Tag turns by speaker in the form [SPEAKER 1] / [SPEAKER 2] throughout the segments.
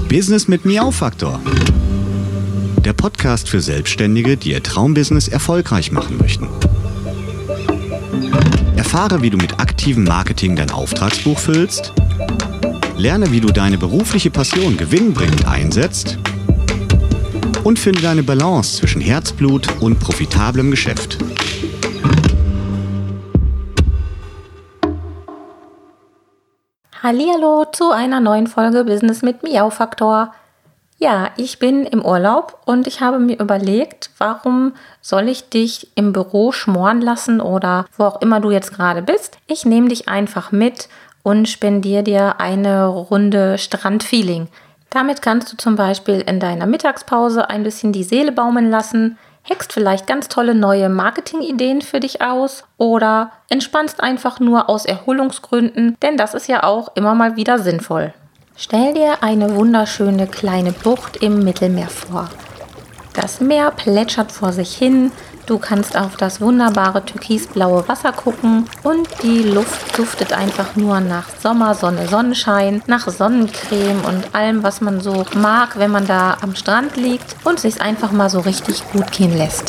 [SPEAKER 1] Business mit Miau-Faktor. Der Podcast für Selbstständige, die ihr Traumbusiness erfolgreich machen möchten. Erfahre, wie du mit aktivem Marketing dein Auftragsbuch füllst. Lerne, wie du deine berufliche Passion gewinnbringend einsetzt. Und finde deine Balance zwischen Herzblut und profitablem Geschäft.
[SPEAKER 2] Hallihallo zu einer neuen Folge Business mit Miau-Faktor. Ja, ich bin im Urlaub und ich habe mir überlegt, warum soll ich dich im Büro schmoren lassen oder wo auch immer du jetzt gerade bist. Ich nehme dich einfach mit und spendiere dir eine Runde Strandfeeling. Damit kannst du zum Beispiel in deiner Mittagspause ein bisschen die Seele baumeln lassen, hackst vielleicht ganz tolle neue Marketingideen für dich aus oder entspannst einfach nur aus Erholungsgründen, denn das ist ja auch immer mal wieder sinnvoll. Stell dir eine wunderschöne kleine Bucht im Mittelmeer vor. Das Meer plätschert vor sich hin, du kannst auf das wunderbare türkisblaue Wasser gucken und die Luft duftet einfach nur nach Sommer, Sonne, Sonnenschein, nach Sonnencreme und allem, was man so mag, wenn man da am Strand liegt und sich's einfach mal so richtig gut gehen lässt.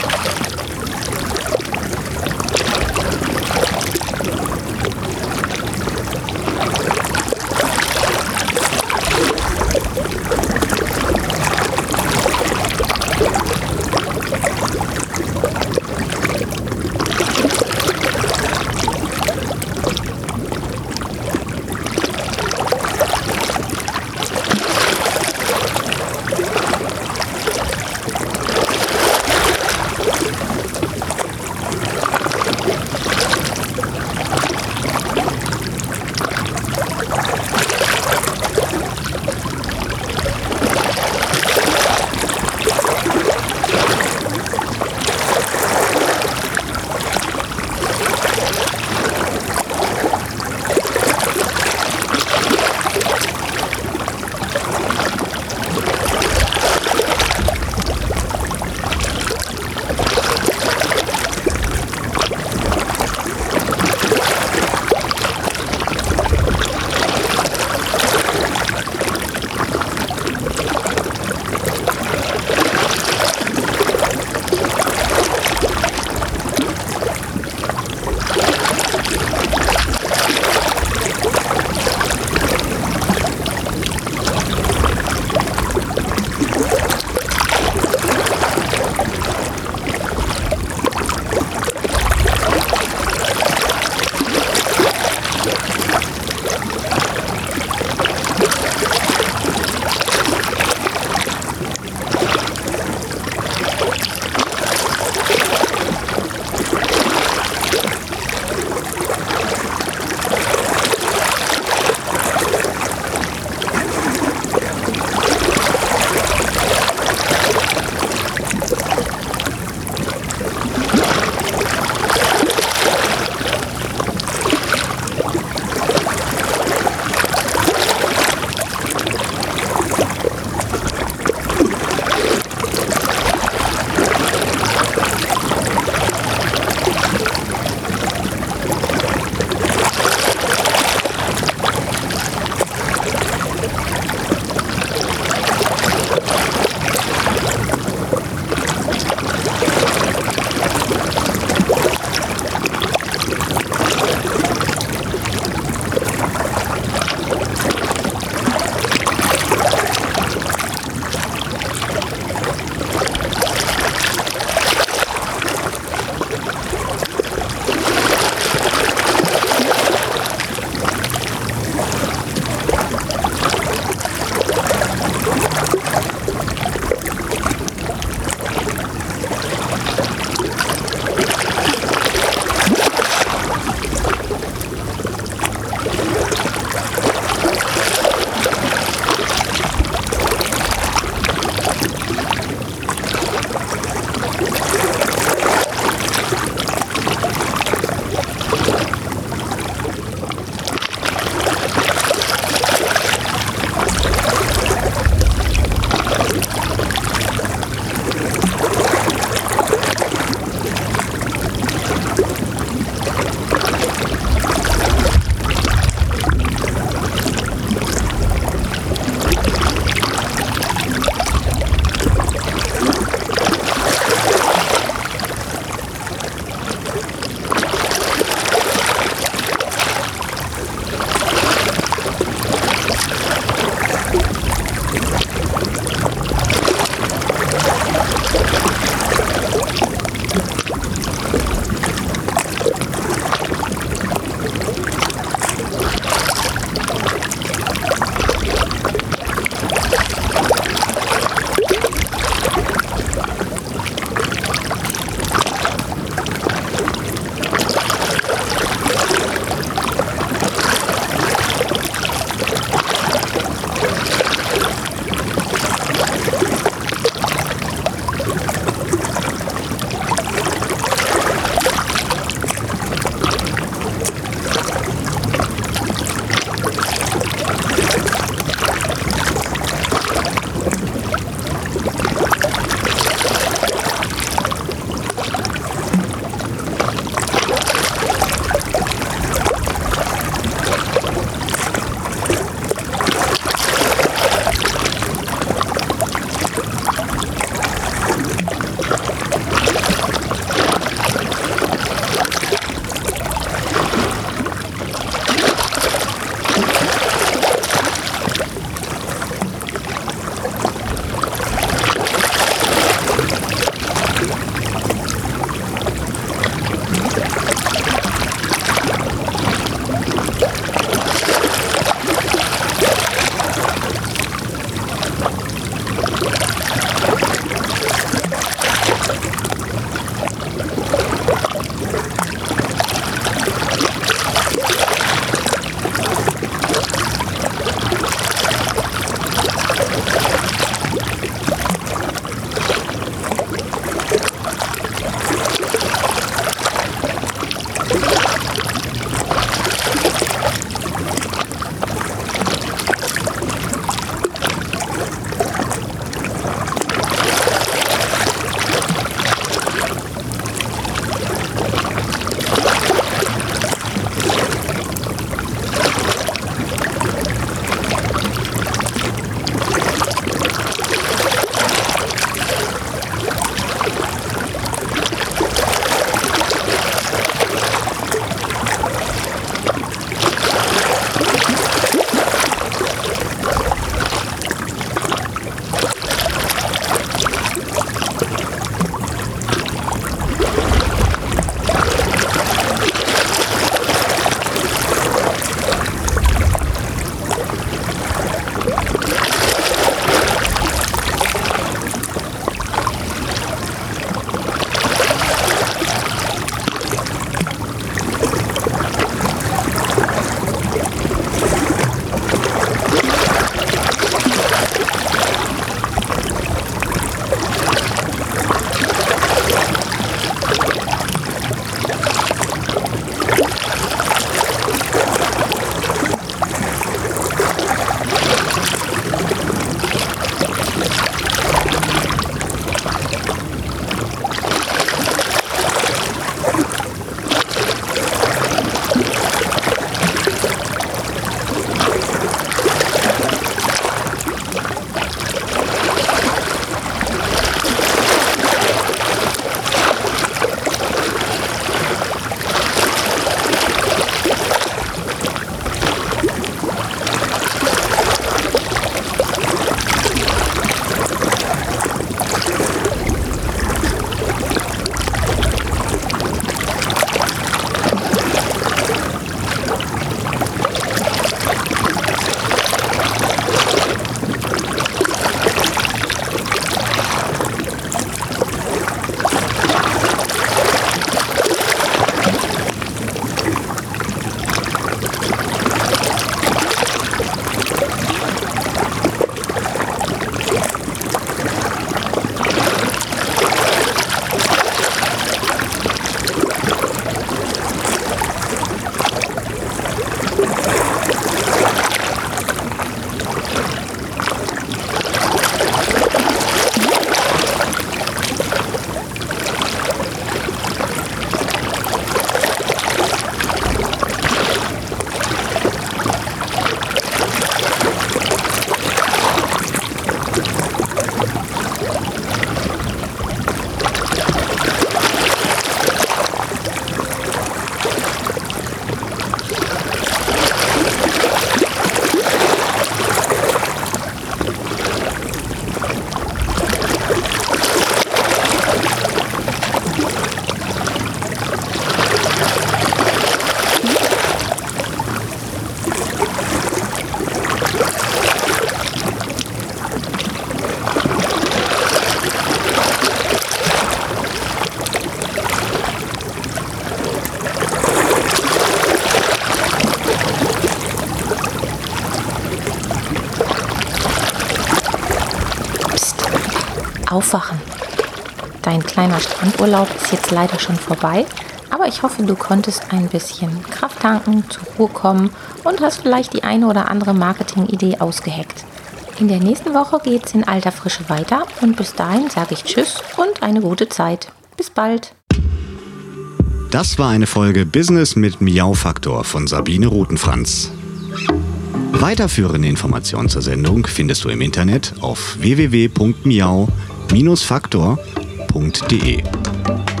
[SPEAKER 2] aufwachen. Dein kleiner Strandurlaub ist jetzt leider schon vorbei, aber ich hoffe, du konntest ein bisschen Kraft tanken, zur Ruhe kommen und hast vielleicht die eine oder andere Marketing-Idee ausgeheckt. In der nächsten Woche geht's in alter Frische weiter und bis dahin sage ich Tschüss und eine gute Zeit. Bis bald.
[SPEAKER 1] Das war eine Folge Business mit Miau-Faktor von Sabine Rutenfranz. Weiterführende Informationen zur Sendung findest du im Internet auf www.miau-faktor.de.